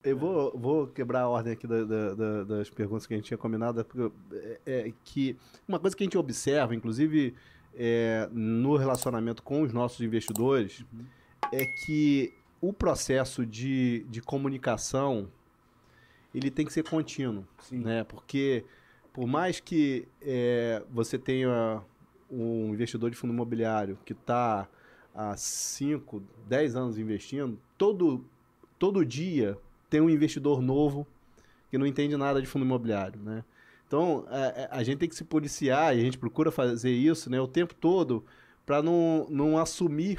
Eu vou quebrar a ordem aqui das perguntas que a gente tinha combinado, porque que uma coisa que a gente observa, inclusive no relacionamento com os nossos investidores, é que o processo de comunicação ele tem que ser contínuo, Sim. né? Porque por mais que você tenha um investidor de fundo imobiliário que está há 5, 10 anos investindo, todo dia tem um investidor novo que não entende nada de fundo imobiliário, né? Então, a gente tem que se policiar, e a gente procura fazer isso, né, o tempo todo, para não assumir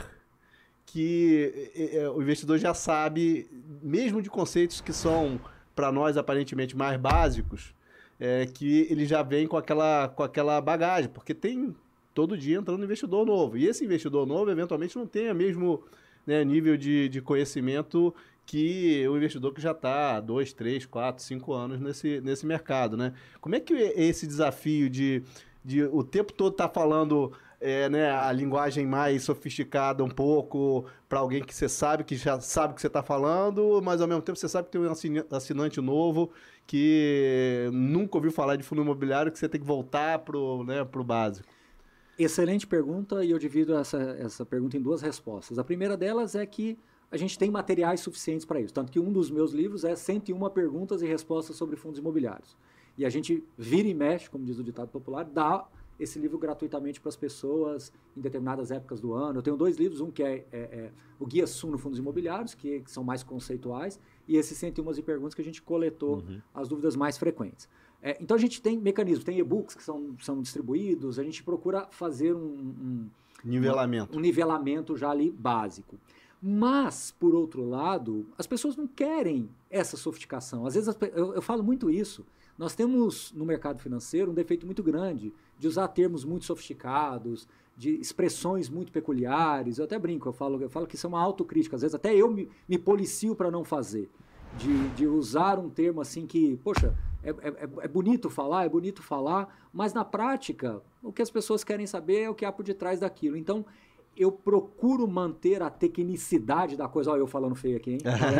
que o investidor já sabe, mesmo de conceitos que são, para nós, aparentemente mais básicos, que ele já vem com aquela bagagem, porque tem todo dia entrando investidor novo. E esse investidor novo, eventualmente, não tem o mesmo, né, nível de conhecimento que o investidor que já está há 2, 3, 4, 5 anos nesse mercado, né? Como é que é esse desafio de o tempo todo estar falando né, a linguagem mais sofisticada um pouco para alguém que você sabe, que já sabe o que você está falando, mas ao mesmo tempo você sabe que tem um assinante novo que nunca ouviu falar de fundo imobiliário, que você tem que voltar pro básico? Excelente pergunta, e eu divido essa pergunta em duas respostas. A primeira delas é que a gente tem materiais suficientes para isso. Tanto que um dos meus livros é 101 perguntas e respostas sobre fundos imobiliários. E a gente vira e mexe, como diz o ditado popular, dá esse livro gratuitamente para as pessoas em determinadas épocas do ano. Eu tenho 2 livros, um que é o Guia Suno Fundos Imobiliários, que são mais conceituais, e esses 101 perguntas que a gente coletou as dúvidas mais frequentes. Então a gente tem mecanismos, tem e-books que são distribuídos, a gente procura fazer um nivelamento já ali básico. Mas, por outro lado, as pessoas não querem essa sofisticação. Às vezes, eu falo muito isso. Nós temos no mercado financeiro um defeito muito grande de usar termos muito sofisticados, de expressões muito peculiares. Eu até brinco, eu falo que isso é uma autocrítica. Às vezes até eu me policio para não fazer. De usar um termo assim que, poxa, é bonito falar, mas na prática, o que as pessoas querem saber é o que há por detrás daquilo. Então, eu procuro manter a tecnicidade da coisa. Olha, eu falando feio aqui, hein?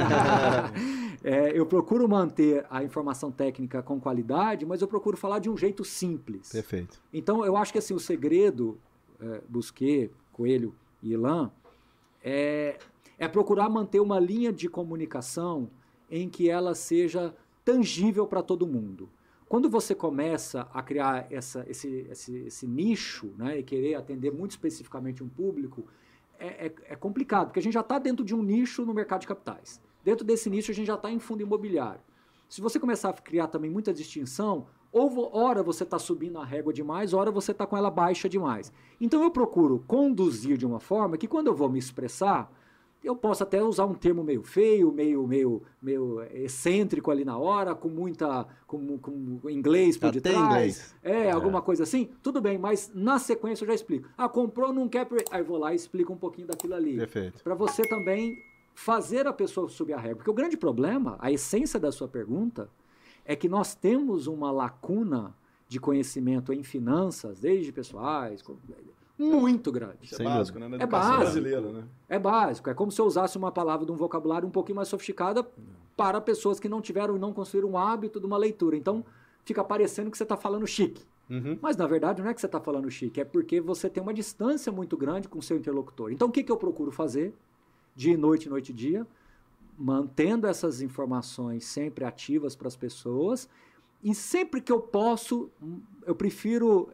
Eu procuro manter a informação técnica com qualidade, mas eu procuro falar de um jeito simples. Perfeito. Então, eu acho que assim, o segredo, Busquet, Coelho e Ilan, é procurar manter uma linha de comunicação em que ela seja tangível para todo mundo. Quando você começa a criar esse nicho, né, e querer atender muito especificamente um público, é complicado, porque a gente já está dentro de um nicho no mercado de capitais. Dentro desse nicho a gente já está em fundo imobiliário. Se você começar a criar também muita distinção, ora você está subindo a régua demais, ora você está com ela baixa demais. Então eu procuro conduzir de uma forma que quando eu vou me expressar, eu posso até usar um termo meio feio, meio excêntrico ali na hora, com inglês por detrás. Alguma coisa assim. Tudo bem, mas na sequência eu já explico. Comprou, não quer... Aí eu vou lá e explico um pouquinho daquilo ali. Perfeito. Para você também fazer a pessoa subir a régua. Porque o grande problema, a essência da sua pergunta, é que nós temos uma lacuna de conhecimento em finanças, desde pessoais... muito grande. Isso é básico, né? Na educação brasileira, né? É básico. É como se eu usasse uma palavra de um vocabulário um pouquinho mais sofisticada para pessoas que não tiveram e não construíram um hábito de uma leitura. Então, fica parecendo que você está falando chique. Mas, na verdade, não é que você está falando chique, é porque você tem uma distância muito grande com o seu interlocutor. Então, o que eu procuro fazer? Dia e noite e dia, mantendo essas informações sempre ativas para as pessoas. E sempre que eu posso, eu prefiro...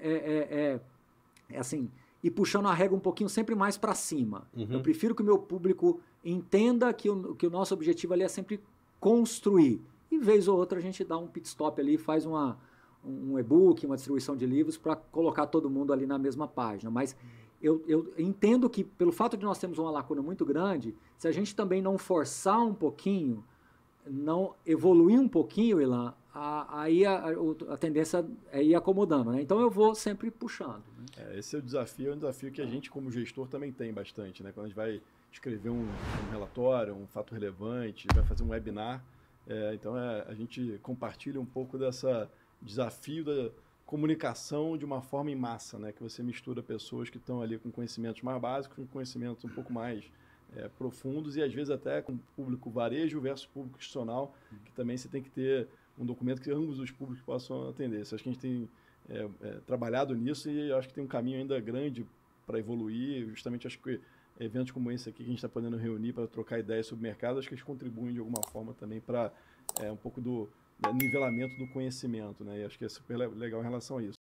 assim, e puxando a régua um pouquinho sempre mais para cima. Eu prefiro que o meu público entenda que o nosso objetivo ali é sempre construir. E vez ou outra a gente dá um pit stop ali, faz um e-book, uma distribuição de livros para colocar todo mundo ali na mesma página. Mas eu entendo que pelo fato de nós termos uma lacuna muito grande, se a gente também não forçar um pouquinho, não evoluir um pouquinho, Ilan, aí a tendência é ir acomodando, né? Então eu vou sempre puxando. Né? Esse é um desafio que a gente como gestor também tem bastante, né? Quando a gente vai escrever um relatório, um fato relevante, vai fazer um webinar, então a gente compartilha um pouco dessa desafio da comunicação de uma forma em massa, né? Que você mistura pessoas que estão ali com conhecimentos mais básicos com conhecimentos um pouco mais profundos e às vezes até com público varejo versus público institucional, que também você tem que ter um documento que ambos os públicos possam atender. Isso, acho que a gente tem trabalhado nisso e acho que tem um caminho ainda grande para evoluir. Justamente acho que eventos como esse aqui que a gente está podendo reunir para trocar ideias sobre o mercado, acho que eles contribuem de alguma forma também para um pouco do nivelamento do conhecimento, né? E acho que é super legal em relação a isso.